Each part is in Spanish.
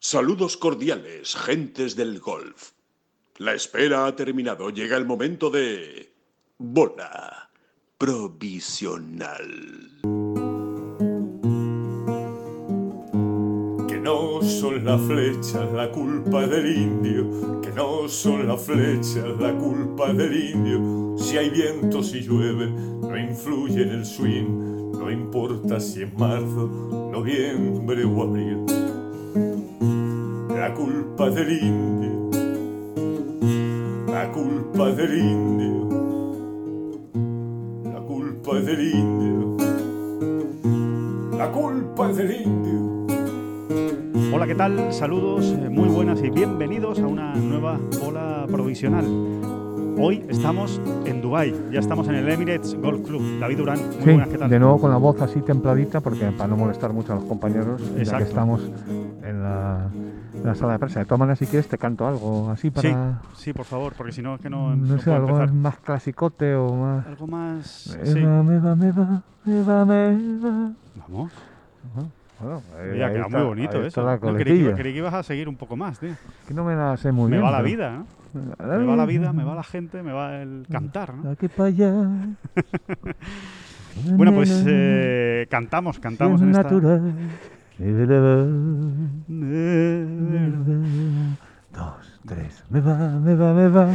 Saludos cordiales, gentes del golf. La espera ha terminado. Llega el momento de... bola provisional. Que no son las flechas la culpa del indio, que no son las flechas la culpa del indio. Si hay viento, si llueve, no influye en el swing, no importa si es marzo, noviembre o abril. La culpa del indio, la culpa del indio, la culpa del indio, la culpa del indio. Hola, ¿qué tal? Saludos, muy buenas y bienvenidos a una nueva bola provisional. Hoy estamos en Dubái, ya estamos en el Emirates Golf Club. David Durán, muy buenas, ¿qué tal? De nuevo con la voz así templadita, porque para no molestar mucho a los compañeros, ya que estamos en la sala de prensa. De todas maneras, si quieres, te canto algo así para... Sí, por favor, porque si no es que no sé, puedo algo empezar. más clasicote o más... Algo más... Me va. Vamos. Bueno, Mira, queda muy bonito eso. Creí que ibas a seguir un poco más, tío. Que no me la sé muy bien. Me va la vida, ¿no? Me va la vida, me va la gente, me va el cantar, ¿no? Aquí para allá. Bueno, pues cantamos en esta... natural. 2, 3. Me va.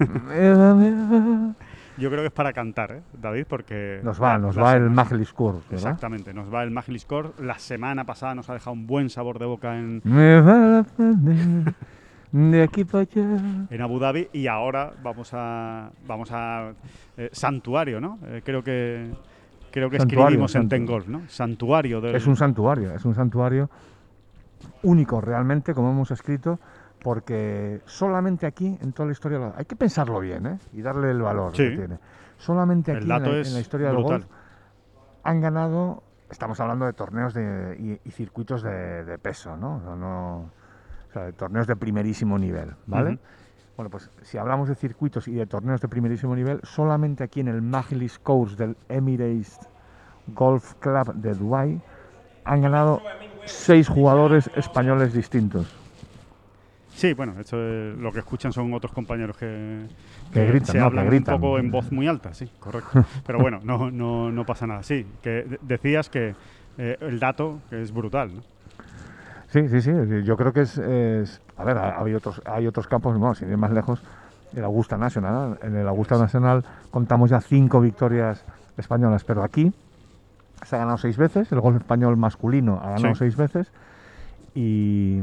Yo creo que es para cantar, David, porque... Nos va el Majlis Court, ¿verdad? Exactamente, nos va el Majlis Court. La semana pasada nos ha dejado un buen sabor de boca en... Me va a prender de aquí para allá. En Abu Dhabi, y ahora vamos a Santuario, ¿no? Creo que escribimos en Ten Golf, ¿no? Santuario. Es un santuario único realmente, como hemos escrito, porque solamente aquí, en toda la historia, hay que pensarlo bien, ¿eh? Y darle el valor que tiene. Solamente aquí, en la historia del golf, han ganado, estamos hablando de torneos y circuitos de peso, ¿no? O sea, de torneos de primerísimo nivel, ¿vale? Uh-huh. Bueno, pues si hablamos de circuitos y de torneos de primerísimo nivel, solamente aquí en el Majlis Course del Emirates Golf Club de Dubái han ganado 6 jugadores españoles distintos. Sí, bueno, esto es lo que escuchan son otros compañeros que gritan, se hablan un poco en voz muy alta, sí, correcto. Pero bueno, no pasa nada. Sí, que decías que el dato que es brutal, ¿no? Sí, yo creo que es a ver, hay otros campos, no, sin ir más lejos, el Augusta National. En el Augusta National contamos ya 5 victorias españolas, pero aquí se ha ganado 6 veces, el golf español masculino ha ganado 6 veces y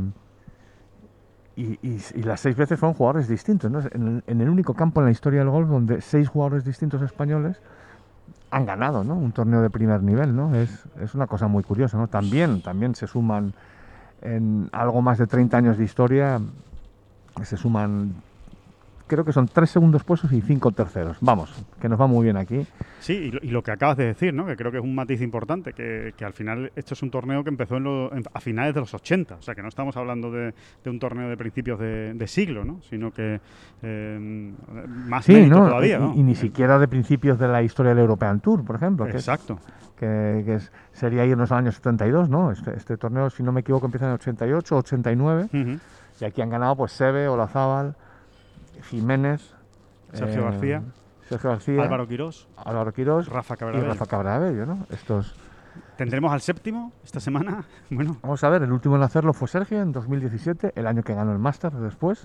las 6 veces fueron jugadores distintos, ¿no? En el único campo en la historia del golf donde 6 jugadores distintos españoles han ganado, ¿no? Un torneo de primer nivel, ¿no? Es una cosa muy curiosa, ¿no? También se suman en algo más de 30 años de historia, se suman, creo que son 3 segundos puestos y 5 terceros. Vamos, que nos va muy bien aquí. Sí, y lo que acabas de decir, ¿no? Que creo que es un matiz importante, que al final esto es un torneo que empezó a finales de los 80, o sea que no estamos hablando de un torneo de principios de siglo, ¿no? Sino que más mérito todavía, ¿no? Y ni siquiera de principios de la historia del European Tour, por ejemplo. Exacto. Sería ir en los años 72, ¿no? Este torneo, si no me equivoco, empieza en el 88, 89, y aquí han ganado pues Seve, Olazábal, Jiménez, Sergio García, Álvaro Quirós, Rafa Cabrabello, ¿no? ¿Tendremos al séptimo esta semana? Bueno, vamos a ver, el último en hacerlo fue Sergio en 2017, el año que ganó el Masters después.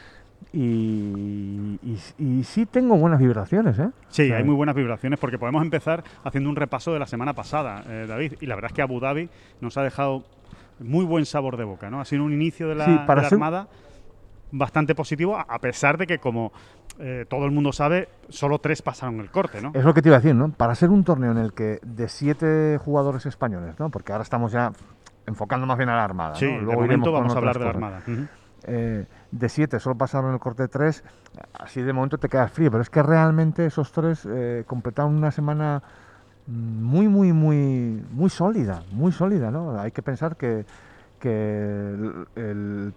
Y sí tengo buenas vibraciones, ¿eh? Sí, o sea, hay muy buenas vibraciones porque podemos empezar haciendo un repaso de la semana pasada, David, y la verdad es que Abu Dhabi nos ha dejado muy buen sabor de boca, ¿no? Ha sido un inicio de la Armada bastante positivo, a pesar de que, como todo el mundo sabe, solo 3 pasaron el corte, ¿no? Es lo que te iba a decir, ¿no? Para ser un torneo en el que de 7 jugadores españoles, ¿no? Porque ahora estamos ya enfocando más bien a la Armada, sí, ¿no? Luego de momento vamos a hablar de la Armada. De 7 solo pasaron el corte 3, así de momento te quedas frío, pero es que realmente esos 3 completaron una semana muy sólida, ¿no? Hay que pensar que el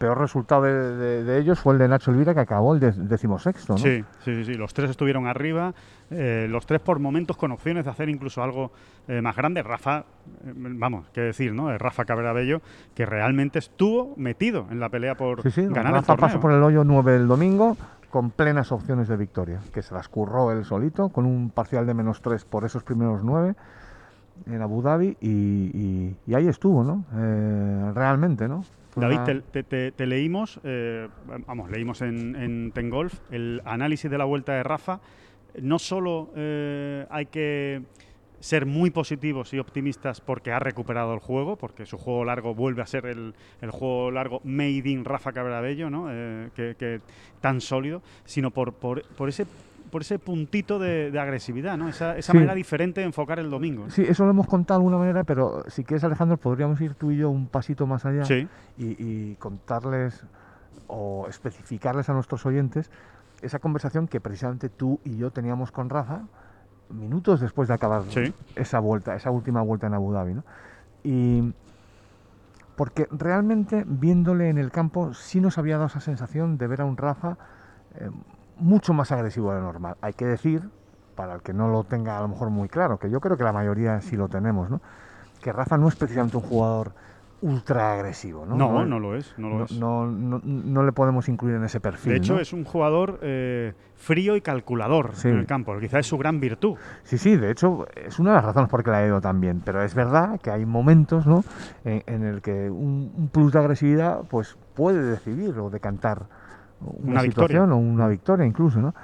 peor resultado de ellos fue el de Nacho Elvira, que acabó el 16º, ¿no? Sí, los tres estuvieron arriba, los tres por momentos con opciones de hacer incluso algo más grande. Rafa, vamos, qué decir, ¿no? Rafa Cabrera Bello, que realmente estuvo metido en la pelea por ganar el torneo. Pasó por el hoyo 9 el domingo con plenas opciones de victoria, que se las curró él solito, con un parcial de -3 por esos primeros 9 en Abu Dhabi, y ahí estuvo, ¿no? Realmente, ¿no? David, te leímos, leímos en Ten Golf el análisis de la vuelta de Rafa. No solo hay que ser muy positivos y optimistas porque ha recuperado el juego, porque su juego largo vuelve a ser el juego largo made in Rafa Cabrera Bello, ¿no? Que tan sólido, sino por ese puntito de agresividad, ¿no? Esa manera diferente de enfocar el domingo. Sí, eso lo hemos contado de alguna manera, pero si quieres, Alejandro, podríamos ir tú y yo un pasito más allá y contarles o especificarles a nuestros oyentes esa conversación que precisamente tú y yo teníamos con Rafa minutos después de acabar esa última vuelta en Abu Dhabi, ¿no? Y porque realmente, viéndole en el campo, sí nos había dado esa sensación de ver a un Rafa mucho más agresivo de lo normal. Hay que decir, para el que no lo tenga a lo mejor muy claro, que yo creo que la mayoría sí lo tenemos, ¿no? Que Rafa no es precisamente un jugador ultra agresivo, ¿no? No lo es. No le podemos incluir en ese perfil. De hecho, ¿no? Es un jugador frío y calculador en el campo, quizás es su gran virtud. Sí, de hecho, es una de las razones por que la he ido tan bien, pero es verdad que hay momentos, ¿no?, en el que un plus de agresividad pues puede decidir o decantar una situación victoria. O una victoria incluso, ¿no?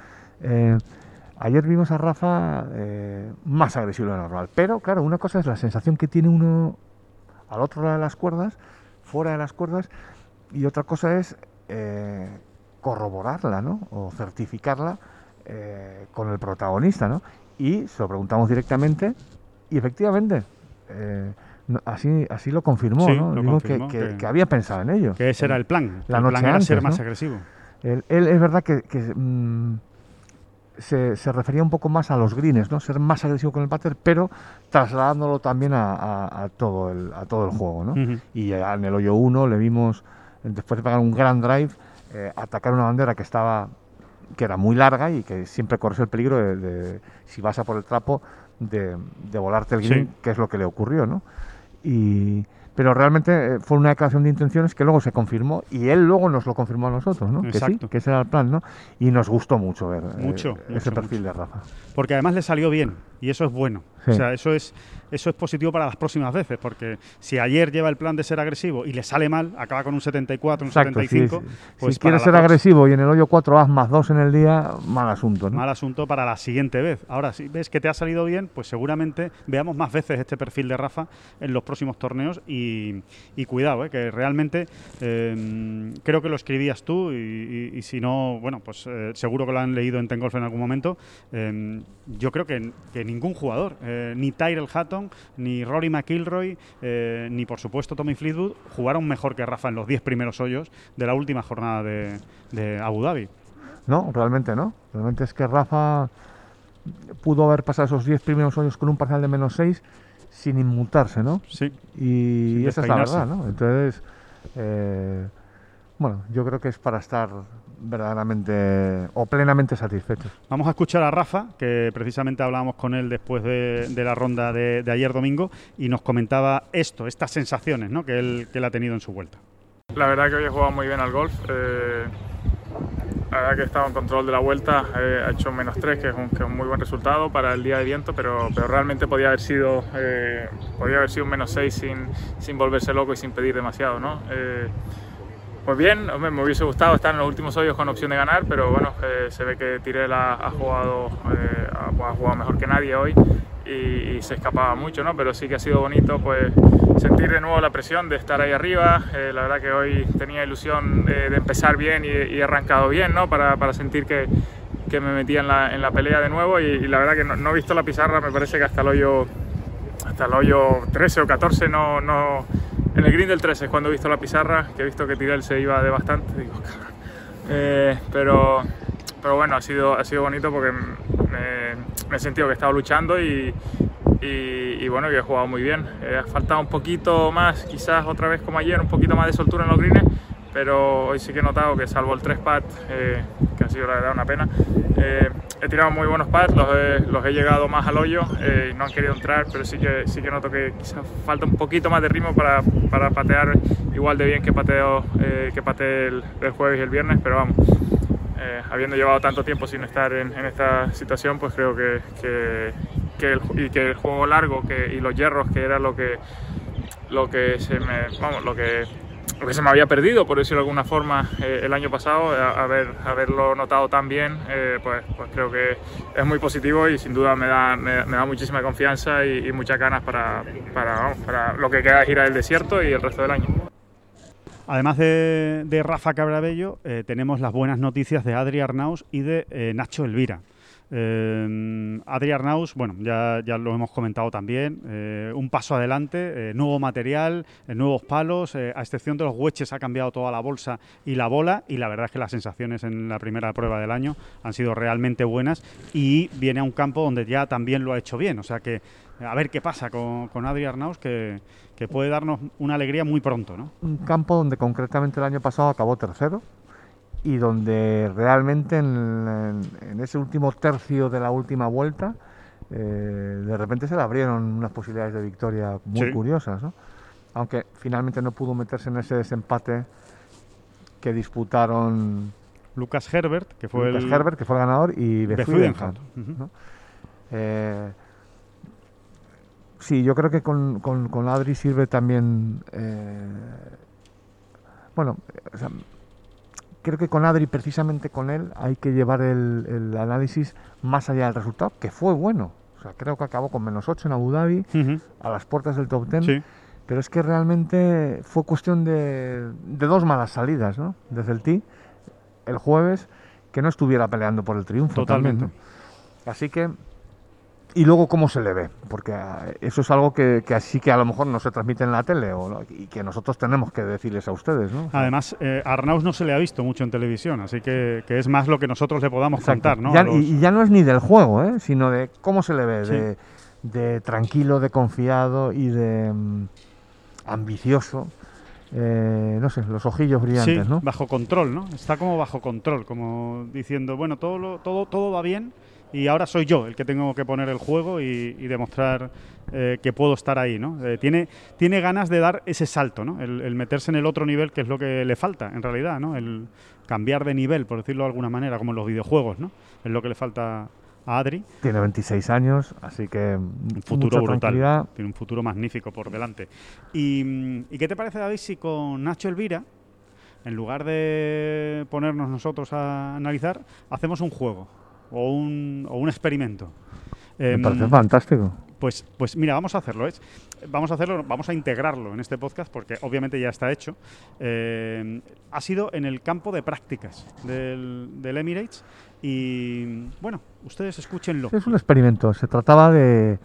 Ayer vimos a Rafa más agresivo de lo normal, pero claro, una cosa es la sensación que tiene uno al otro lado de las cuerdas, fuera de las cuerdas, y otra cosa es corroborarla, ¿no?, o certificarla con el protagonista, ¿no? Y se lo preguntamos directamente y efectivamente así lo confirmó, ¿no? Lo confirmó, que había pensado en ello. Que ese era el plan. El plan era ser más agresivo. Él es verdad que se refería un poco más a los greens, ¿no? Ser más agresivo con el putter, pero trasladándolo también a todo el juego, ¿no? Uh-huh. Y en el hoyo 1 le vimos, después de pegar un gran drive, atacar una bandera que era muy larga y que siempre corres el peligro de si vas a por el trapo, de volarte el green, que es lo que le ocurrió, ¿no? Pero realmente fue una declaración de intenciones que luego se confirmó y él luego nos lo confirmó a nosotros, ¿no? Exacto. Que sí, que ese era el plan, ¿no? Y nos gustó mucho ver ese perfil mucho. De Rafa. Porque además le salió bien y eso es bueno. Sí. O sea, eso es positivo para las próximas veces, porque si ayer lleva el plan de ser agresivo y le sale mal, acaba con un 74, un 75... Sí. Pues si quieres ser agresivo y en el hoyo 4 haz +2 en el día, mal asunto, ¿no? Mal asunto para la siguiente vez. Ahora, si ves que te ha salido bien, pues seguramente veamos más veces este perfil de Rafa en los próximos torneos y cuidado, que realmente creo que lo escribías tú y si no, bueno, pues seguro que lo han leído en Ten Golf en algún momento. Yo creo que ningún jugador, ni Tyrrell Hatton, ni Rory McIlroy, ni por supuesto Tommy Fleetwood, jugaron mejor que Rafa en los 10 primeros hoyos de la última jornada de Abu Dhabi. No, realmente no. Realmente es que Rafa pudo haber pasado esos 10 primeros hoyos con un parcial de -6 sin inmutarse, ¿no? Sí. Y esa es la verdad, ¿no? Entonces, bueno, yo creo que es para estar verdaderamente o plenamente satisfechos. Vamos a escuchar a Rafa, que precisamente hablábamos con él después de la ronda de ayer domingo y nos comentaba estas sensaciones, ¿no?, que él ha tenido en su vuelta. La verdad que hoy he jugado muy bien al golf. La verdad que he estado en control de la vuelta, ha hecho -3, que es un muy buen resultado para el día de viento, pero realmente podía haber sido un -6 sin volverse loco y sin pedir demasiado, ¿no? Pues bien, hombre, me hubiese gustado estar en los últimos hoyos con opción de ganar, pero bueno, se ve que Tyrrell ha jugado mejor que nadie hoy y se escapaba mucho, ¿no? Pero sí que ha sido bonito pues sentir de nuevo la presión de estar ahí arriba. La verdad que hoy tenía ilusión de empezar bien y he arrancado bien, ¿no? Para sentir que me metía en la pelea de nuevo y la verdad que no he visto la pizarra, me parece que hasta el hoyo 13 o 14 no en el green del 13 es cuando he visto la pizarra, que he visto que Tyrrell se iba de bastante, digo, pero bueno, ha sido bonito porque me he sentido que he estado luchando y bueno, que he jugado muy bien. Ha faltado un poquito más, quizás otra vez como ayer, un poquito más de soltura en los greens, pero hoy sí que he notado que salvo el 3-putt, que ha sido la verdad una pena, he tirado muy buenos putts, los he llegado más al hoyo y no han querido entrar, pero sí que noto que quizás falta un poquito más de ritmo para patear igual de bien que pateé el jueves y el viernes, pero vamos, habiendo llevado tanto tiempo sin estar en esta situación, pues creo que el juego largo y los hierros, que era lo que se me había perdido, por decirlo de alguna forma, el año pasado, haberlo notado tan bien, pues creo que es muy positivo y sin duda me da muchísima confianza y muchas ganas para lo que queda de gira del desierto y el resto del año. Además de Rafa Cabrabello, tenemos las buenas noticias de Adri Arnaus y de Nacho Elvira. Adri Arnaus, bueno, ya lo hemos comentado también, un paso adelante, nuevo material, nuevos palos, a excepción de los wedges ha cambiado toda la bolsa y la bola, y la verdad es que las sensaciones en la primera prueba del año han sido realmente buenas, y viene a un campo donde ya también lo ha hecho bien, o sea que a ver qué pasa con Adri Arnaus, que puede darnos una alegría muy pronto, ¿no? Un campo donde concretamente el año pasado acabó tercero, y donde realmente en ese último tercio de la última vuelta de repente se le abrieron unas posibilidades de victoria muy curiosas, ¿no? Aunque finalmente no pudo meterse en ese desempate que disputaron Lucas Herbert, que fue el ganador, y Beth Friedenthal, ¿no? Sí, yo creo que con Adri sirve también creo que con Adri, precisamente con él, hay que llevar el análisis más allá del resultado, que fue bueno. O sea, creo que acabó con -8 en Abu Dhabi, a las puertas del top 10. Sí. Pero es que realmente fue cuestión de dos malas salidas, ¿no? Desde el tee, el jueves, que no estuviera peleando por el triunfo. Totalmente. También, ¿no? Así que... Y luego cómo se le ve, porque eso es algo que así que a lo mejor no se transmite en la tele y que nosotros tenemos que decirles a ustedes, ¿no? Además, a Arnaus no se le ha visto mucho en televisión, así que es más lo que nosotros le podamos contar, ¿no? Y ya no es ni del juego, sino de cómo se le ve, de tranquilo, de confiado y de ambicioso. No sé, los ojillos brillantes, sí, ¿no? Bajo control, ¿no? Está como bajo control, como diciendo, bueno, todo va bien. Y ahora soy yo el que tengo que poner el juego y demostrar que puedo estar ahí, ¿no? Tiene ganas de dar ese salto, ¿no? El meterse en el otro nivel, que es lo que le falta, en realidad, ¿no? El cambiar de nivel, por decirlo de alguna manera, como en los videojuegos, ¿no? Es lo que le falta a Adri. Tiene 26 años, así que un futuro brutal. Tiene un futuro magnífico por delante. ¿Y qué te parece, David, si con Nacho Elvira, en lugar de ponernos nosotros a analizar, hacemos un juego? O un experimento. Me parece fantástico. Pues mira, vamos a hacerlo. Vamos a integrarlo en este podcast porque obviamente ya está hecho. Ha sido en el campo de prácticas del Emirates y, bueno, ustedes escúchenlo. Es un experimento. Se trataba de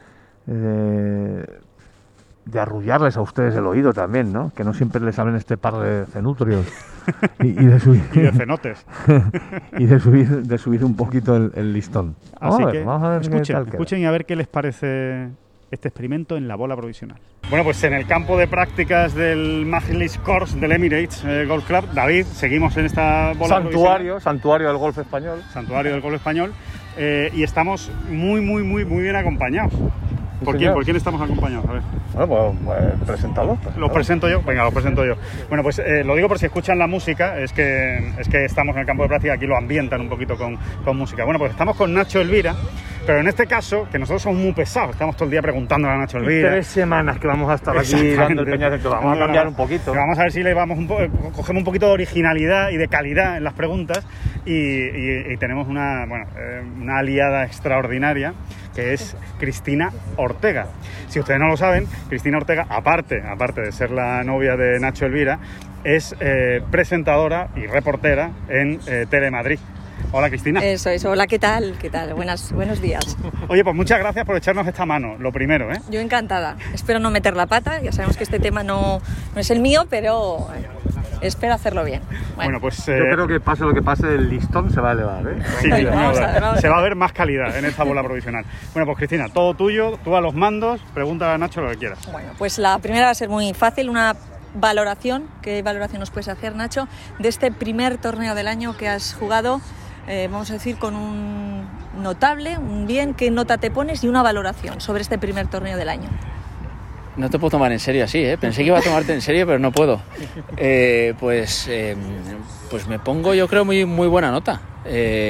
arrullarles a ustedes el oído también, ¿no? Que no siempre les hablen este par de cenutrios y de subir y de cenotes y de subir un poquito el listón. Vamos a ver escuchen y a ver qué les parece este experimento en la bola provisional. Bueno, pues en el campo de prácticas del Majlis Course del Emirates Golf Club, David, seguimos en esta bola provisional. Santuario del golf español. Santuario del golf español. Y estamos muy bien acompañados. ¿Por quién estamos acompañados? A ver. Bueno, pues preséntalo. ¿Lo presento yo? Venga, lo presento yo. Bueno, pues lo digo por si escuchan la música, es que estamos en el campo de práctica, aquí lo ambientan un poquito con música. Bueno, pues estamos con Nacho Elvira, pero en este caso, que nosotros somos muy pesados, estamos todo el día preguntándole a Nacho Elvira. 3 semanas que vamos a estar aquí dando el peñazo, vamos a cambiar un poquito. Vamos a ver si le cogemos un poquito de originalidad y de calidad en las preguntas y tenemos una aliada extraordinaria, que es Cristina Ortega. Si ustedes no lo saben, Cristina Ortega, aparte de ser la novia de Nacho Elvira, es presentadora y reportera en Telemadrid. Hola, Cristina. Eso es. Hola, ¿qué tal? ¿Qué tal? Buenos días. Oye, pues muchas gracias por echarnos esta mano, lo primero, ¿eh? Yo encantada. Espero no meter la pata. Ya sabemos que este tema no es el mío, pero espero hacerlo bien. Bueno, pues yo creo que pase lo que pase, el listón se va a elevar, ¿eh? Sí, se va a ver más calidad en esta bola provisional. Bueno, pues Cristina, todo tuyo, tú a los mandos, pregúntale a Nacho lo que quieras. Bueno, pues la primera va a ser muy fácil, una valoración. ¿Qué valoración nos puedes hacer, Nacho, de este primer torneo del año que has jugado, vamos a decir, con un notable, un bien? ¿Qué nota te pones y una valoración sobre este primer torneo del año? No te puedo tomar en serio así, ¿eh? Pensé que iba a tomarte en serio, pero no puedo. Pues me pongo, yo creo, muy, muy buena nota. Sí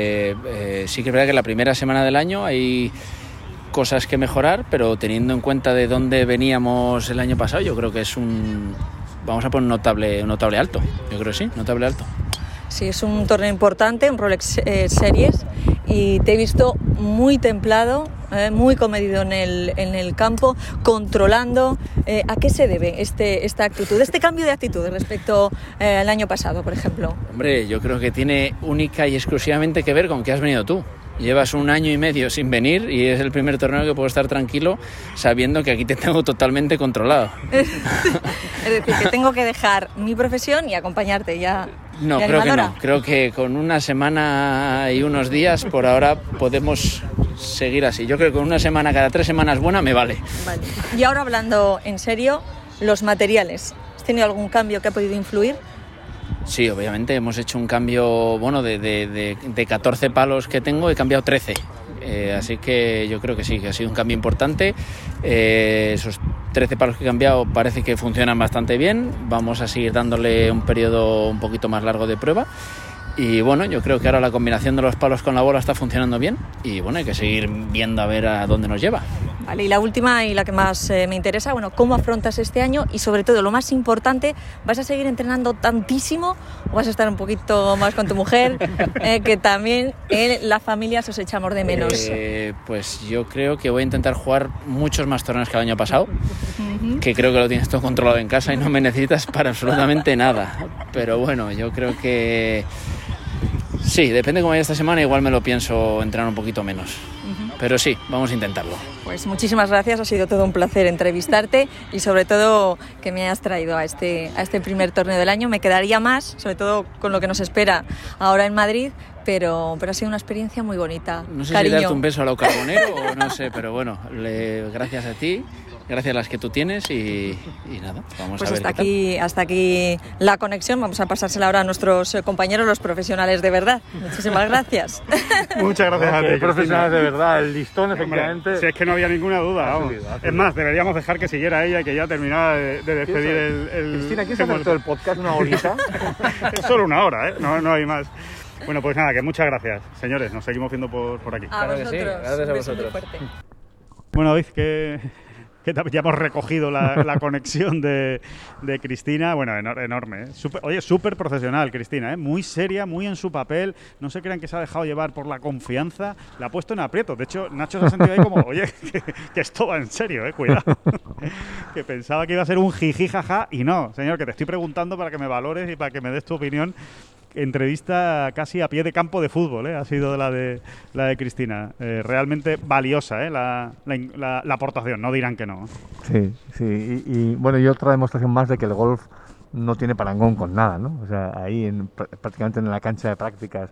que es verdad que la primera semana del año hay cosas que mejorar, pero teniendo en cuenta de dónde veníamos el año pasado, yo creo que es vamos a poner un notable alto. Yo creo que sí, notable alto. Sí, es un torneo importante, un Rolex Series, y te he visto muy templado, muy comedido en el campo, controlando. ¿A qué se debe esta actitud, este cambio de actitud respecto al año pasado, por ejemplo? Hombre, yo creo que tiene única y exclusivamente que ver con que has venido tú. Llevas 1 año y medio sin venir y es el primer torneo que puedo estar tranquilo sabiendo que aquí te tengo totalmente controlado. Es decir, que tengo que dejar mi profesión y acompañarte ya. No, creo que no. Creo que con 1 semana y unos días por ahora podemos seguir así. Yo creo que con 1 semana cada 3 semanas buena me vale. Vale. Y ahora hablando en serio, los materiales. ¿Has tenido algún cambio que ha podido influir? Sí, obviamente hemos hecho un cambio, bueno, de 14 palos que tengo he cambiado 13. Así que yo creo que sí, que ha sido un cambio importante. Esos 13 palos que he cambiado parece que funcionan bastante bien. Vamos a seguir dándole un periodo un poquito más largo de prueba. Y bueno, yo creo que ahora la combinación de los palos con la bola está funcionando bien. Y bueno, hay que seguir viendo a ver a dónde nos lleva. Vale, y la última y la que más me interesa, bueno, ¿cómo afrontas este año? Y sobre todo, lo más importante, ¿vas a seguir entrenando tantísimo o vas a estar un poquito más con tu mujer? Que también la familia se os echamos de menos. Pues yo creo que voy a intentar jugar muchos más torneos que el año pasado, que creo que lo tienes todo controlado en casa y no me necesitas para absolutamente nada. Pero bueno, yo creo que sí, depende de cómo vaya esta semana, igual me lo pienso entrenar un poquito menos. Pero sí, vamos a intentarlo. Pues muchísimas gracias, ha sido todo un placer entrevistarte y sobre todo que me hayas traído a este primer torneo del año. Me quedaría más, sobre todo con lo que nos espera ahora en Madrid, pero ha sido una experiencia muy bonita. No sé Cariño. si darte un beso a lo carbonero o no sé, pero bueno, gracias a ti. Gracias a las que tú tienes y nada, vamos pues a ver hasta aquí la conexión. Vamos a pasársela ahora a nuestros compañeros, los profesionales de verdad. Muchísimas gracias. Muchas gracias a ti, profesionales de verdad, el listón efectivamente. Si es que no había ninguna duda, vamos. Es más, deberíamos dejar que siguiera ella y que ya terminara de despedir el Cristina, ¿quieres hacer todo el podcast una horita? Es solo 1 hora, ¿eh? No hay más. Bueno, pues nada, que muchas gracias, señores. Nos seguimos viendo por aquí. A vosotros. Sí, gracias a vosotros. Bueno, David, que ya hemos recogido la conexión de Cristina. Bueno, enorme, ¿eh? Súper profesional, Cristina, ¿eh? Muy seria, muy en su papel. No se crean que se ha dejado llevar por la confianza. La ha puesto en aprieto. De hecho, Nacho se ha sentido ahí como, oye, que esto va en serio, cuidado. Que pensaba que iba a ser un jiji, jaja, y no, señor, que te estoy preguntando para que me valores y para que me des tu opinión. Entrevista casi a pie de campo de fútbol, ha sido la de Cristina. Realmente valiosa, la aportación, no dirán que no. Sí, y bueno, y otra demostración más de que el golf no tiene parangón con nada, ¿no? O sea, ahí prácticamente en la cancha de prácticas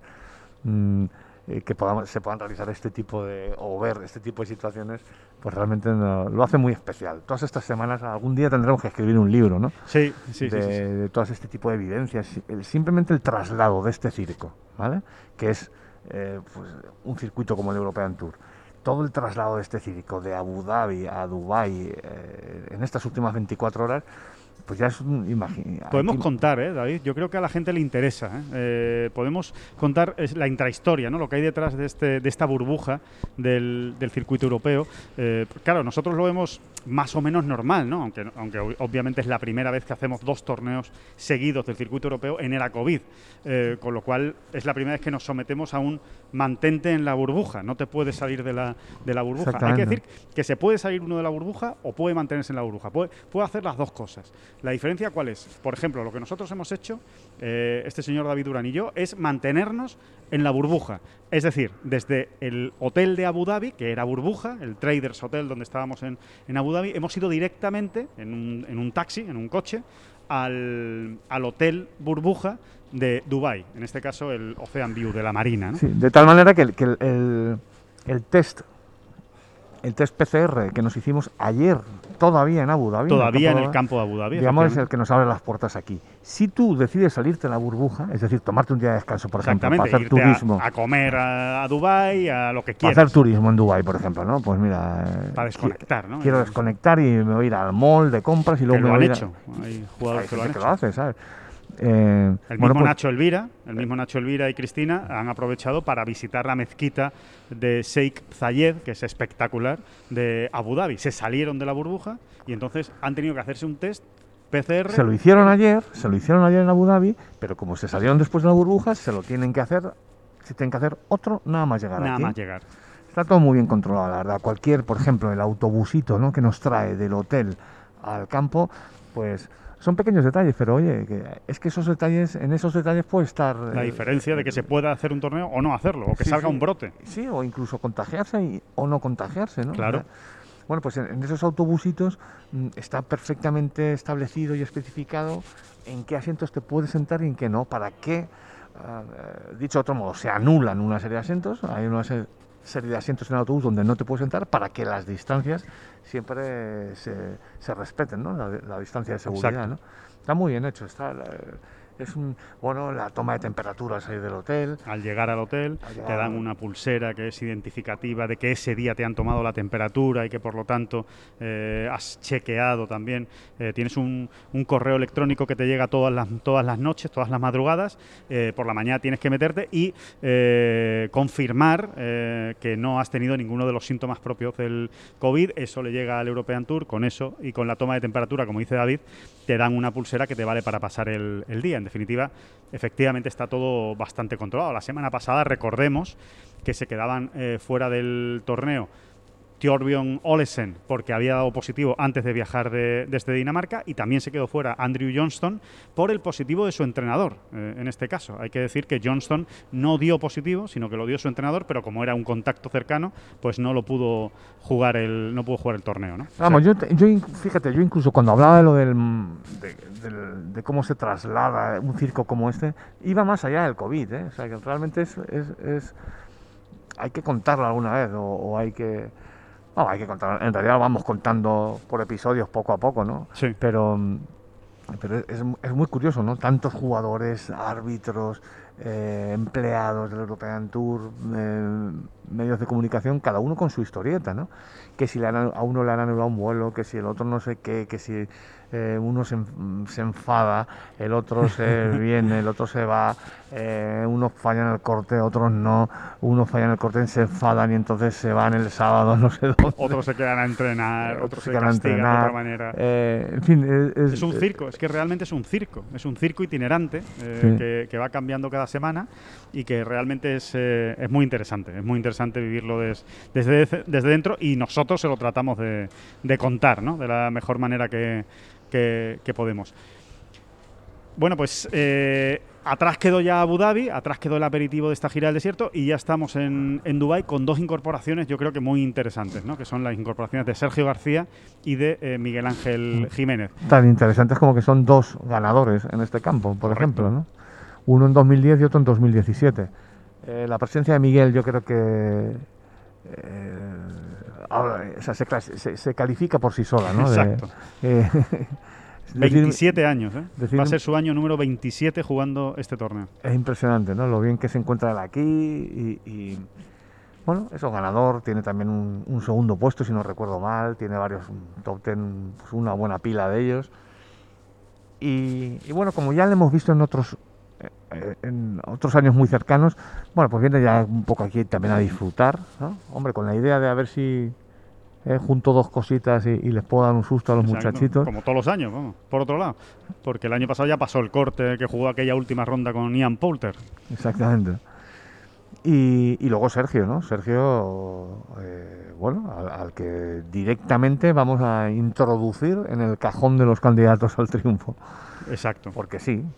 que se puedan realizar ver este tipo de situaciones, pues realmente lo hace muy especial. Todas estas semanas, algún día tendremos que escribir un libro, ¿no? Sí. De todas este tipo de evidencias, simplemente el traslado de este circo, ¿vale? Que es pues, un circuito como el European Tour. Todo el traslado de este circo de Abu Dhabi a Dubái en estas últimas 24 horas, pues ya es Podemos contar, David, yo creo que a la gente le interesa, podemos contar la intrahistoria, ¿no? Lo que hay detrás de esta burbuja del circuito europeo. Claro, nosotros lo vemos más o menos normal, ¿no? Aunque obviamente es la primera vez que hacemos 2 torneos seguidos del circuito europeo en era COVID, con lo cual es la primera vez que nos sometemos a un mantente en la burbuja, no te puedes salir de la burbuja. Hay que decir que se puede salir uno de la burbuja o puede mantenerse en la burbuja, puede hacer las dos cosas. ¿La diferencia cuál es? Por ejemplo, lo que nosotros hemos hecho, este señor David Durán y yo, es mantenernos en la burbuja. Es decir, desde el hotel de Abu Dhabi, que era burbuja, el Traders Hotel donde estábamos en Abu Dhabi, hemos ido directamente en un taxi, en un coche, al hotel burbuja de Dubái, en este caso el Ocean View de la Marina, ¿no? Sí, de tal manera que el test el test PCR que nos hicimos ayer, todavía en Abu Dhabi. Todavía en el campo de Abu Dhabi. Digamos, es el que nos abre las puertas aquí. Si tú decides salirte de la burbuja, es decir, tomarte un día de descanso, por ejemplo, para hacer turismo. A comer a Dubái, a lo que quieras. Para hacer turismo en Dubái, por ejemplo, ¿no? Pues mira. Para desconectar, ¿no? Quiero desconectar y me voy a ir al mall de compras y luego me voy a... Hay jugadores que lo han hecho. Lo hace, ¿sabes? El mismo Nacho Elvira y Cristina han aprovechado para visitar la mezquita de Sheikh Zayed, que es espectacular, de Abu Dhabi. Se salieron de la burbuja y entonces han tenido que hacerse un test PCR. Se lo hicieron ayer en Abu Dhabi, pero como se salieron después de la burbuja, se tienen que hacer otro nada más llegar aquí. Está todo muy bien controlado, la verdad. Por ejemplo, el autobusito, ¿no?, que nos trae del hotel al campo, pues son pequeños detalles, pero oye, en esos detalles puede estar... La diferencia de que se pueda hacer un torneo o no hacerlo, o que salga un brote. Sí, o incluso contagiarse o no contagiarse, ¿no? Claro. Bueno, pues en esos autobusitos está perfectamente establecido y especificado en qué asientos te puedes sentar y en qué no, para que, dicho de otro modo, se anulan una serie de asientos, hay una serie de asientos en el autobús donde no te puedes sentar para que las distancias siempre se respeten, ¿no? La distancia de seguridad, ¿no? Está muy bien hecho, la toma de temperatura al salir del hotel. Al llegar al hotel te dan una pulsera que es identificativa de que ese día te han tomado la temperatura y que por lo tanto has chequeado también. Tienes un correo electrónico que te llega todas las noches, todas las madrugadas. Por la mañana tienes que meterte y confirmar que no has tenido ninguno de los síntomas propios del COVID. Eso le llega al European Tour. Con eso y con la toma de temperatura, como dice David, te dan una pulsera que te vale para pasar el día. En definitiva, efectivamente está todo bastante controlado. La semana pasada, recordemos que se quedaban fuera del torneo Thorbjørn Olesen porque había dado positivo antes de viajar desde Dinamarca, y también se quedó fuera Andrew Johnston por el positivo de su entrenador. En este caso hay que decir que Johnston no dio positivo, sino que lo dio su entrenador, pero como era un contacto cercano, pues no pudo jugar el torneo, ¿no? Vamos, yo incluso cuando hablaba de lo de cómo se traslada un circo como este, iba más allá del COVID, ¿eh? O sea, que realmente hay que contarlo alguna vez o hay que... No, hay que contar. En realidad lo vamos contando por episodios poco a poco, ¿no? Sí. Pero es muy curioso, ¿no? Tantos jugadores, árbitros, empleados del European Tour, medios de comunicación, cada uno con su historieta, ¿no? Que si a uno le han anulado un vuelo, que si el otro no sé qué, que si uno se enfada, el otro se viene, el otro se va, unos fallan el corte, otros no, unos fallan el corte y se enfadan y entonces se van el sábado no sé dónde. Otros se quedan a entrenar, otros se castigan de otra manera. En fin, es un circo, es que realmente es un circo itinerante que va cambiando cada semana y que realmente es muy interesante vivirlo desde dentro, y nosotros se lo tratamos de contar, ¿no?, de la mejor manera que podemos. Bueno, pues atrás quedó ya Abu Dhabi, atrás quedó el aperitivo de esta gira del desierto, y ya estamos en Dubái con dos incorporaciones, yo creo que muy interesantes, ¿no?, que son las incorporaciones de Sergio García y de Miguel Ángel Jiménez. Tan interesantes como que son dos ganadores en este campo, por ejemplo, ¿no? Uno en 2010 y otro en 2017. La presencia de Miguel, yo creo que se califica por sí sola, ¿no? Exacto. 27 años, ¿eh? Va a ser su año número 27 jugando este torneo. Es impresionante, ¿no? Lo bien que se encuentra él aquí y bueno, eso, ganador, tiene también un segundo puesto, si no recuerdo mal, tiene varios top 10, pues una buena pila de ellos. Y bueno, como ya lo hemos visto en otros años muy cercanos, bueno, pues viene ya un poco aquí también a disfrutar, ¿no? Hombre, con la idea de a ver si junto dos cositas y les puedo dar un susto a los muchachitos. Como todos los años, vamos, por otro lado. Porque el año pasado ya pasó el corte que jugó aquella última ronda con Ian Poulter. Exactamente. Y luego Sergio, ¿no? Sergio, bueno, al que directamente vamos a introducir en el cajón de los candidatos al triunfo. Exacto. Porque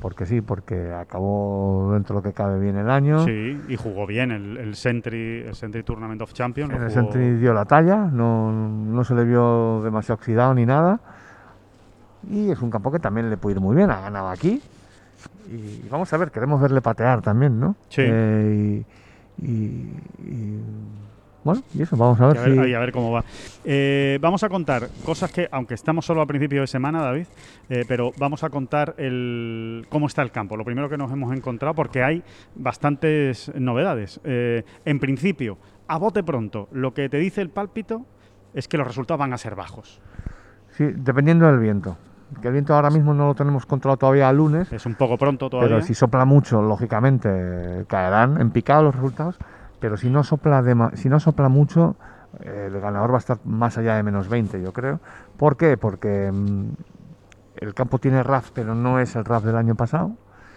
acabó dentro de lo que cabe bien el año. Sí, y jugó bien el Sentry Tournament of Champions. En el Sentry dio la talla, no se le vio demasiado oxidado ni nada. Y es un campo que también le puede ir muy bien, ha ganado aquí. Y vamos a ver, queremos verle patear también, ¿no? Sí. Bueno, y eso, vamos a ver a ver cómo va. Vamos a contar cosas que, aunque estamos solo a principio de semana, David, pero vamos a contar cómo está el campo. Lo primero que nos hemos encontrado, porque hay bastantes novedades. En principio, a bote pronto, lo que te dice el pálpito es que los resultados van a ser bajos. Sí, dependiendo del viento. Que el viento ahora mismo no lo tenemos controlado todavía el lunes. Es un poco pronto todavía. Pero si sopla mucho, lógicamente, caerán en picado los resultados. Pero si no sopla mucho, el ganador va a estar más allá de menos 20, yo creo. ¿Por qué? Porque el campo tiene RAF, pero no es el RAF del año pasado.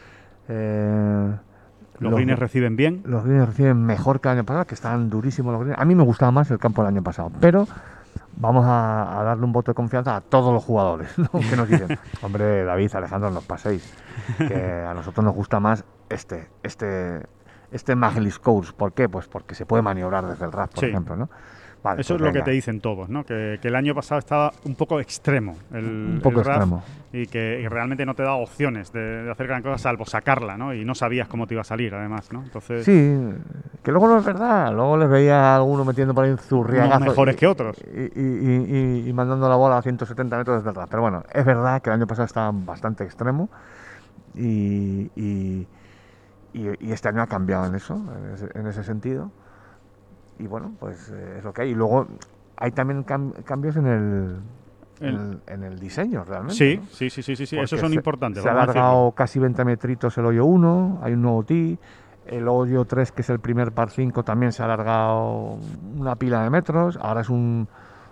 Los greens reciben bien. Los greens reciben mejor que el año pasado, que estaban durísimos los greens. A mí me gustaba más el campo del año pasado, pero vamos a darle un voto de confianza a todos los jugadores, ¿no? Que nos dicen, hombre, David, Alejandro, no os paséis, que a nosotros nos gusta más este Maglis Course. ¿Por qué? Pues porque se puede maniobrar desde el RAF, por ejemplo, ¿no? Vale, eso pues es lo que te dicen todos, ¿no? Que el año pasado estaba un poco extremo el RAF, extremo. Y que realmente no te da opciones de hacer gran cosa salvo sacarla, ¿no? Y no sabías cómo te iba a salir, además, ¿no? Entonces, sí, que luego no es verdad. Luego les veía a alguno metiendo por ahí un zurriagazo. Mejores que otros. Y mandando la bola a 170 metros desde el RAF. Pero bueno, es verdad que el año pasado estaba bastante extremo y este año ha cambiado en eso, en ese sentido. Y bueno, pues es lo que hay. Y luego hay también cambios en el diseño, realmente. Sí, ¿no? sí. Esos son importantes. Se ha alargado casi 20 metritos el hoyo 1, hay un nuevo tee. El hoyo 3, que es el primer par 5, también se ha alargado una pila de metros. Ahora es un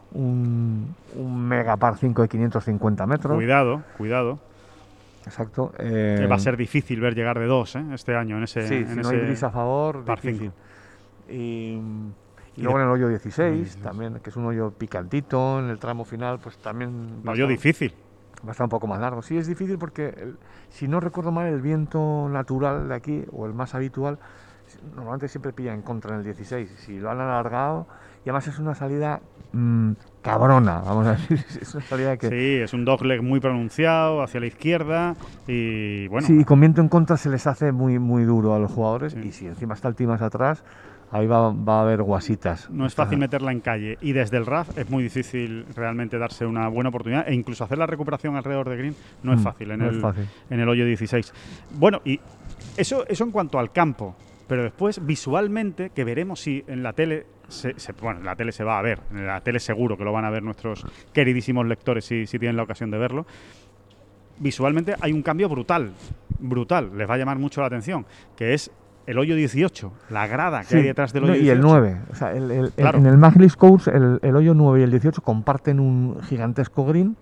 mega par 5 de 550 metros. Cuidado. Exacto. Que va a ser difícil ver llegar de 2 este año en ese. Sí, si no hay gris a favor, par difícil. Y luego en el hoyo 16 también, que es un hoyo picantito, en el tramo final, pues también... Un hoyo difícil. Va a estar un poco más largo. Sí, es difícil porque, si no recuerdo mal, el viento natural de aquí, o el más habitual, normalmente siempre pilla en contra en el 16. Si lo han alargado, y además es una salida cabrona, vamos a decir. Es una salida que... Sí, es un dogleg muy pronunciado hacia la izquierda y bueno... Sí, y con viento en contra se les hace muy, muy duro a los jugadores, sí. Y si encima está el Timas atrás... Ahí va a haber guasitas. No es fácil meterla en calle y desde el RAF es muy difícil realmente darse una buena oportunidad e incluso hacer la recuperación alrededor de green no es fácil en el hoyo 16. Bueno, y eso en cuanto al campo, pero después visualmente, que veremos si en la tele, en la tele se va a ver, en la tele seguro que lo van a ver nuestros queridísimos lectores si tienen la ocasión de verlo. Visualmente hay un cambio brutal, les va a llamar mucho la atención, que es el hoyo 18, la grada que hay detrás del hoyo 18. Y el 9. O sea, claro. En el Maglis Course, el hoyo 9 y el 18 comparten un gigantesco green,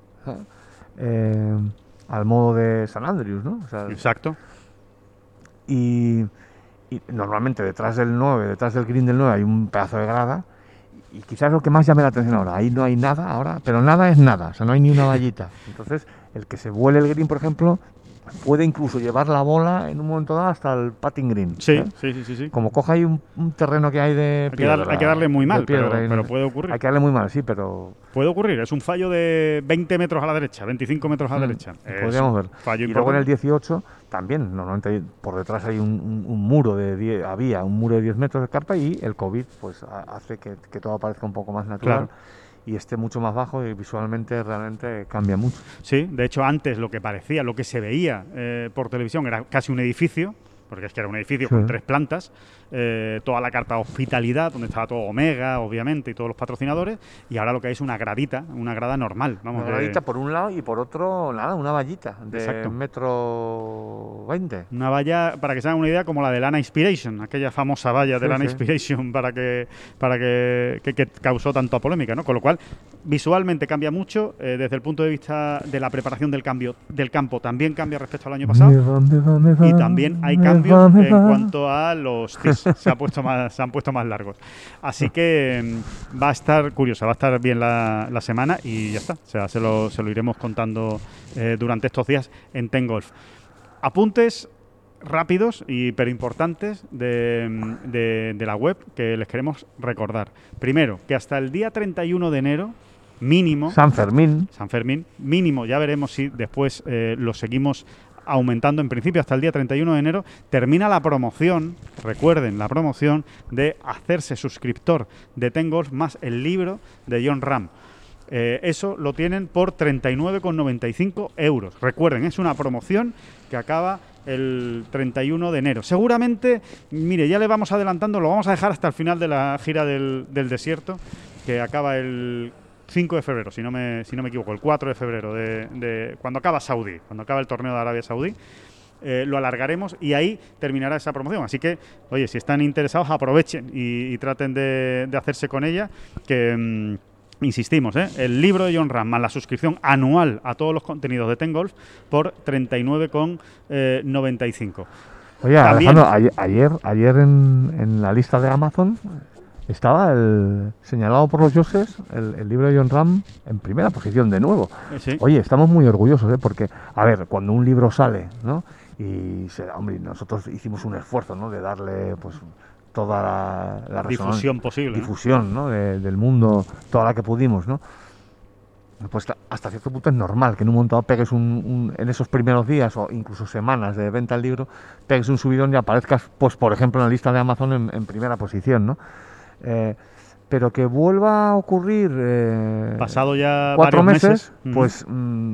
al modo de San Andrews, ¿no? O sea, exacto. Y normalmente detrás del 9, detrás del green del 9, hay un pedazo de grada. Y quizás lo que más llame la atención ahora, ahí no hay nada ahora, pero nada es nada, o sea, no hay ni una vallita. Entonces, el que se vuele el green, por ejemplo, puede incluso llevar la bola en un momento dado hasta el putting green. Sí. Como coja ahí un terreno que hay de piedra. Hay que darle muy mal, pero puede ocurrir. Hay que darle muy mal, sí, pero... Puede ocurrir, es un fallo de 20 metros a la derecha, 25 metros a la derecha. Podríamos ver. Fallo y luego en el 18 también, normalmente por detrás hay un muro había un muro de 10 metros de carpa y el COVID pues hace que todo parezca un poco más natural. Claro. Y esté mucho más bajo y visualmente realmente cambia mucho. Sí, de hecho antes lo que se veía por televisión era casi un edificio, porque es que era un edificio con 3 plantas, toda la carta hospitalidad, donde estaba todo Omega, obviamente, y todos los patrocinadores, y ahora lo que hay es una grada normal. Vamos, una gradita por un lado y por otro, nada, una vallita de 1,20 metros. Una valla, para que se hagan una idea, como la de Lana Inspiration, aquella famosa valla de Lana Inspiration para que causó tanta polémica, ¿no? Con lo cual, visualmente cambia mucho, desde el punto de vista de la preparación del campo, también cambia respecto al año pasado, y también hay cambios en cuanto a los tees, se han puesto más largos. Así que va a estar curiosa, va a estar bien la semana y ya está. O sea, se lo iremos contando durante estos días en Ten Golf. Apuntes rápidos pero importantes de la web que les queremos recordar. Primero, que hasta el día 31 de enero mínimo... San Fermín, mínimo, ya veremos si después lo seguimos aumentando en principio hasta el día 31 de enero. Termina la promoción, recuerden, la promoción de hacerse suscriptor de Ten Golf más el libro de Jon Rahm. Eso lo tienen por 39,95 euros. Recuerden, es una promoción que acaba el 31 de enero. Seguramente, mire, ya le vamos adelantando, lo vamos a dejar hasta el final de la gira del desierto, que acaba el 5 de febrero, si no me equivoco, el 4 de febrero, de cuando acaba Saudí, cuando acaba el torneo de Arabia Saudí. Lo alargaremos y ahí terminará esa promoción. Así que, oye, si están interesados, aprovechen y traten de hacerse con ella, que... insistimos, el libro de Jon Rahm más la suscripción anual a todos los contenidos de Ten Golf por 39,95. Oye, también, Alejandro, ayer en la lista de Amazon estaba señalado por los Josses el libro de Jon Rahm en primera posición de nuevo. Sí. Oye, estamos muy orgullosos, porque, a ver, cuando un libro sale, ¿no? Y hombre, nosotros hicimos un esfuerzo, ¿no? De darle, pues, toda la difusión posible, difusión, ¿no? Del mundo, toda la que pudimos, ¿no? Pues hasta cierto punto es normal que en un momento pegues en esos primeros días o incluso semanas de venta del libro, pegues un subidón y aparezcas, pues, por ejemplo, en la lista de Amazon en primera posición, ¿no? Pero que vuelva a ocurrir pasado ya 4 meses, meses.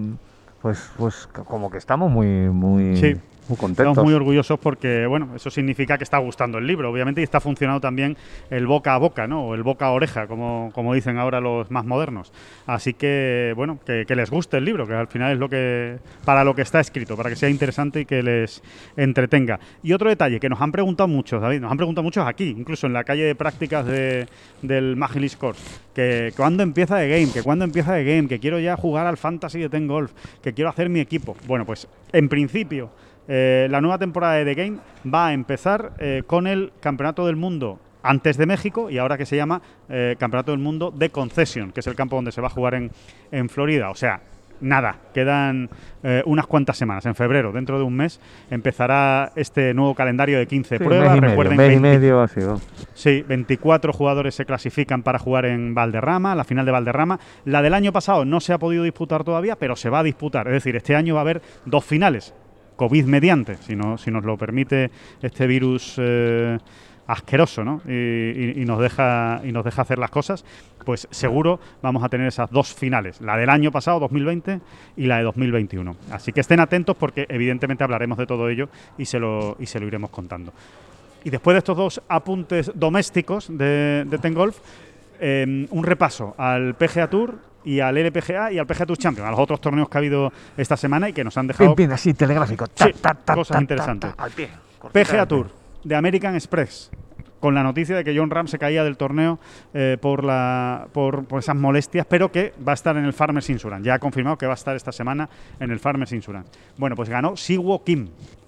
Pues como que estamos muy sí. Muy contentos. Estamos muy orgullosos porque, bueno, eso significa que está gustando el libro, obviamente, y está funcionando también el boca a boca, ¿no? O el boca a oreja, como dicen ahora los más modernos. Así que, bueno, que les guste el libro, que al final es para lo que está escrito, para que sea interesante y que les entretenga. Y otro detalle que nos han preguntado muchos, David, nos han preguntado muchos aquí, incluso en la calle de prácticas del Magillis Course, que cuándo empieza The Game, que quiero ya jugar al Fantasy de Ten Golf, que quiero hacer mi equipo. Bueno, pues en principio... la nueva temporada de The Game va a empezar con el Campeonato del Mundo antes de México y ahora que se llama Campeonato del Mundo de Concession, que es el campo donde se va a jugar en Florida. O sea, nada, quedan unas cuantas semanas. En febrero, dentro de un mes, empezará este nuevo calendario de 15 pruebas. Recuerden, mes y medio ha sido. Sí, 24 jugadores se clasifican para jugar en Valderrama, la final de Valderrama. La del año pasado no se ha podido disputar todavía, pero se va a disputar. Es decir, este año va a haber 2 finales. COVID mediante, si nos lo permite este virus asqueroso, ¿no? Y nos deja hacer las cosas, pues seguro vamos a tener esas 2 finales, la del año pasado, 2020, y la de 2021. Así que estén atentos porque evidentemente hablaremos de todo ello y se lo iremos contando. Y después de estos 2 apuntes domésticos de Ten Golf, un repaso al PGA Tour y al LPGA y al PGA Tour Champions, a los otros torneos que ha habido esta semana y que nos han dejado así telegráfico, cosas interesantes. Al pie, PGA Tour de American Express, con la noticia de que Jon Rahm se caía del torneo por esas molestias, pero que va a estar en el Farmers Insurance. Ya ha confirmado que va a estar esta semana en el Farmers Insurance. Bueno, pues ganó Siwoo Kim.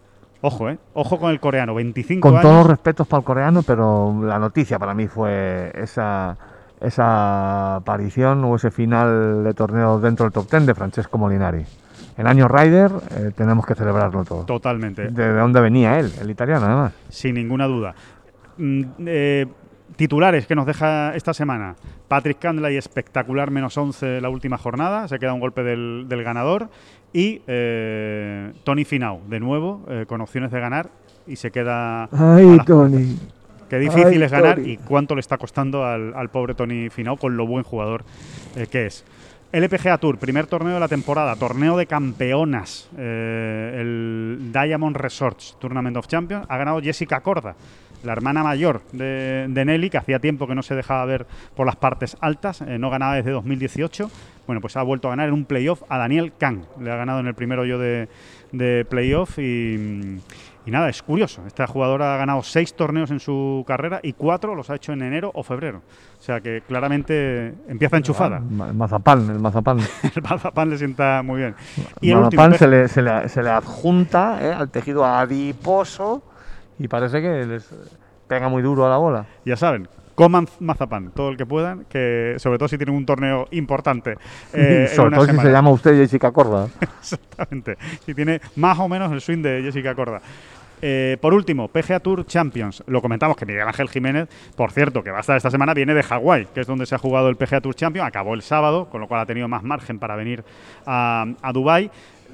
Ojo con el coreano, 25 años. Con todos los respetos para el coreano, pero la noticia para mí fue esa aparición o ese final de torneo dentro del top 10 de Francesco Molinari. En año Ryder tenemos que celebrarlo todo. Totalmente. ¿De dónde venía él? El italiano, además. Sin ninguna duda. Titulares que nos deja esta semana. Patrick Cantlay, espectacular, -11 la última jornada. Se queda un golpe del ganador. Y Tony Finau, de nuevo, con opciones de ganar. Y se queda... ¡Ay, Tony! Qué difícil es ganar y cuánto le está costando al pobre Tony Finau con lo buen jugador que es. LPGA Tour, primer torneo de la temporada, torneo de campeonas, el Diamond Resorts Tournament of Champions. Ha ganado Jessica Korda, la hermana mayor de Nelly, que hacía tiempo que no se dejaba ver por las partes altas, no ganaba desde 2018. Bueno, pues ha vuelto a ganar en un playoff a Daniel Kahn. Le ha ganado en el primer hoyo de playoff y nada, es curioso. Esta jugadora ha ganado 6 torneos en su carrera y 4 los ha hecho en enero o febrero. O sea que claramente empieza enchufada. El mazapán. El mazapán le sienta muy bien. Y el mazapán se le adjunta al tejido adiposo y parece que les pega muy duro a la bola. Ya saben, coman mazapán todo el que puedan, que sobre todo si tienen un torneo importante. Sobre todo si se llama usted Jessica Korda. Exactamente, si tiene más o menos el swing de Jessica Korda. Por último, PGA Tour Champions. Lo comentamos que Miguel Ángel Jiménez, por cierto, que va a estar esta semana, viene de Hawái, que es donde se ha jugado el PGA Tour Champions. Acabó el sábado, con lo cual ha tenido más margen para venir a Dubái.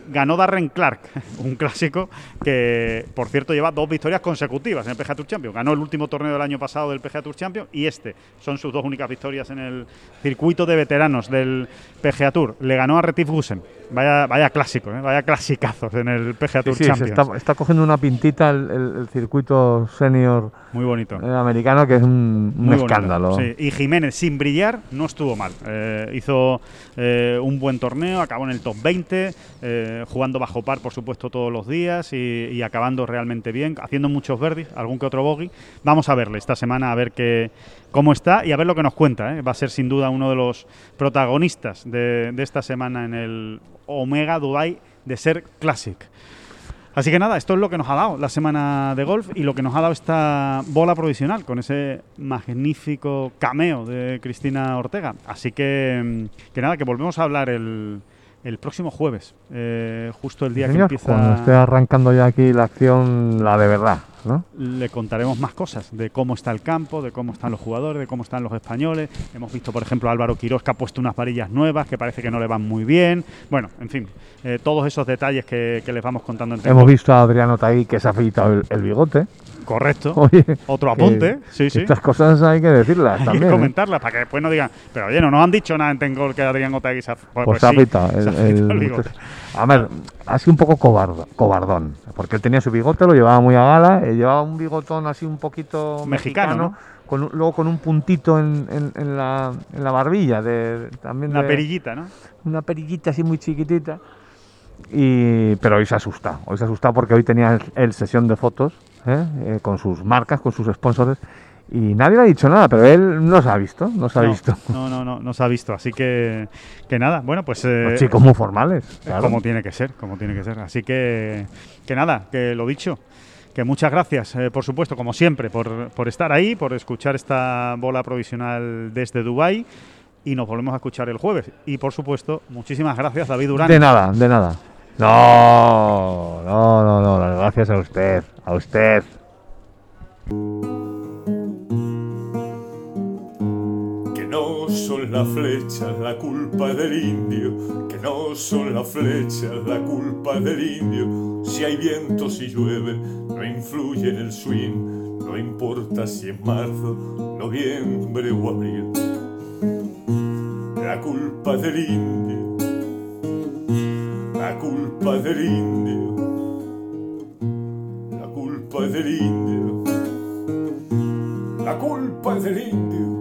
ganó Darren Clark, un clásico que, por cierto, lleva 2 victorias consecutivas en el PGA Tour Champions. Ganó el último torneo del año pasado del PGA Tour Champions y son sus 2 únicas victorias en el circuito de veteranos del PGA Tour. Le ganó a Retief Goosen. Vaya clásico, vaya clasicazos en el PGA Tour Champions. Está cogiendo una pintita el circuito senior muy bonito americano, que es un escándalo. Sí. Y Jiménez, sin brillar, no estuvo mal. Hizo un buen torneo, acabó en el top 20, jugando bajo par, por supuesto, todos los días y acabando realmente bien, haciendo muchos birdies, algún que otro bogey. Vamos a verle esta semana, a ver cómo está y a ver lo que nos cuenta. Va a ser sin duda uno de los protagonistas de esta semana en el Omega Dubai Desert Classic. Así que nada, esto es lo que nos ha dado la semana de golf y lo que nos ha dado esta bola provisional con ese magnífico cameo de Cristina Ortega. Así que nada, que volvemos a hablar el próximo jueves, justo el día que empieza... Cuando esté arrancando ya aquí la acción, la de verdad, ¿no? Le contaremos más cosas de cómo está el campo, de cómo están los jugadores, de cómo están los españoles. Hemos visto, por ejemplo, a Álvaro Quirós, que ha puesto unas varillas nuevas que parece que no le van muy bien. Bueno, en fin, todos esos detalles que les vamos contando. Hemos visto a Adriano Taí, que se ha afeitado el bigote. Correcto. Oye, otro apunte. Sí. Estas cosas hay que decirlas también. Hay que comentarlas para que después no digan, pero oye, no nos han dicho nada en Tengol que Adrián Otaegui se ha afeitado el bigote. A ver, ha sido un poco cobardón, porque él tenía su bigote, lo llevaba muy a gala, llevaba un bigotón así un poquito mexicano, ¿no? Luego con un puntito en la barbilla. Una perillita, ¿no? Una perillita así muy chiquitita. Pero hoy se ha asustado porque hoy tenía el sesión de fotos con sus marcas, con sus sponsors, y nadie le ha dicho nada, pero él no se ha visto. No se ha visto, así que nada, bueno, pues... Los chicos muy formales, claro. Como tiene que ser, así que nada, que lo dicho, que muchas gracias, por supuesto, como siempre, por estar ahí, por escuchar esta bola provisional desde Dubái, y nos volvemos a escuchar el jueves. Y, por supuesto, muchísimas gracias, David Durán. De nada. No, las gracias a usted. Que no son las flechas la culpa del indio, que no son las flechas la culpa del indio. Si hay viento, si llueve, no influye en el swing, no importa si es marzo, noviembre o abril. La culpa del indio, la culpa del indio, la culpa del indio, la culpa del indio.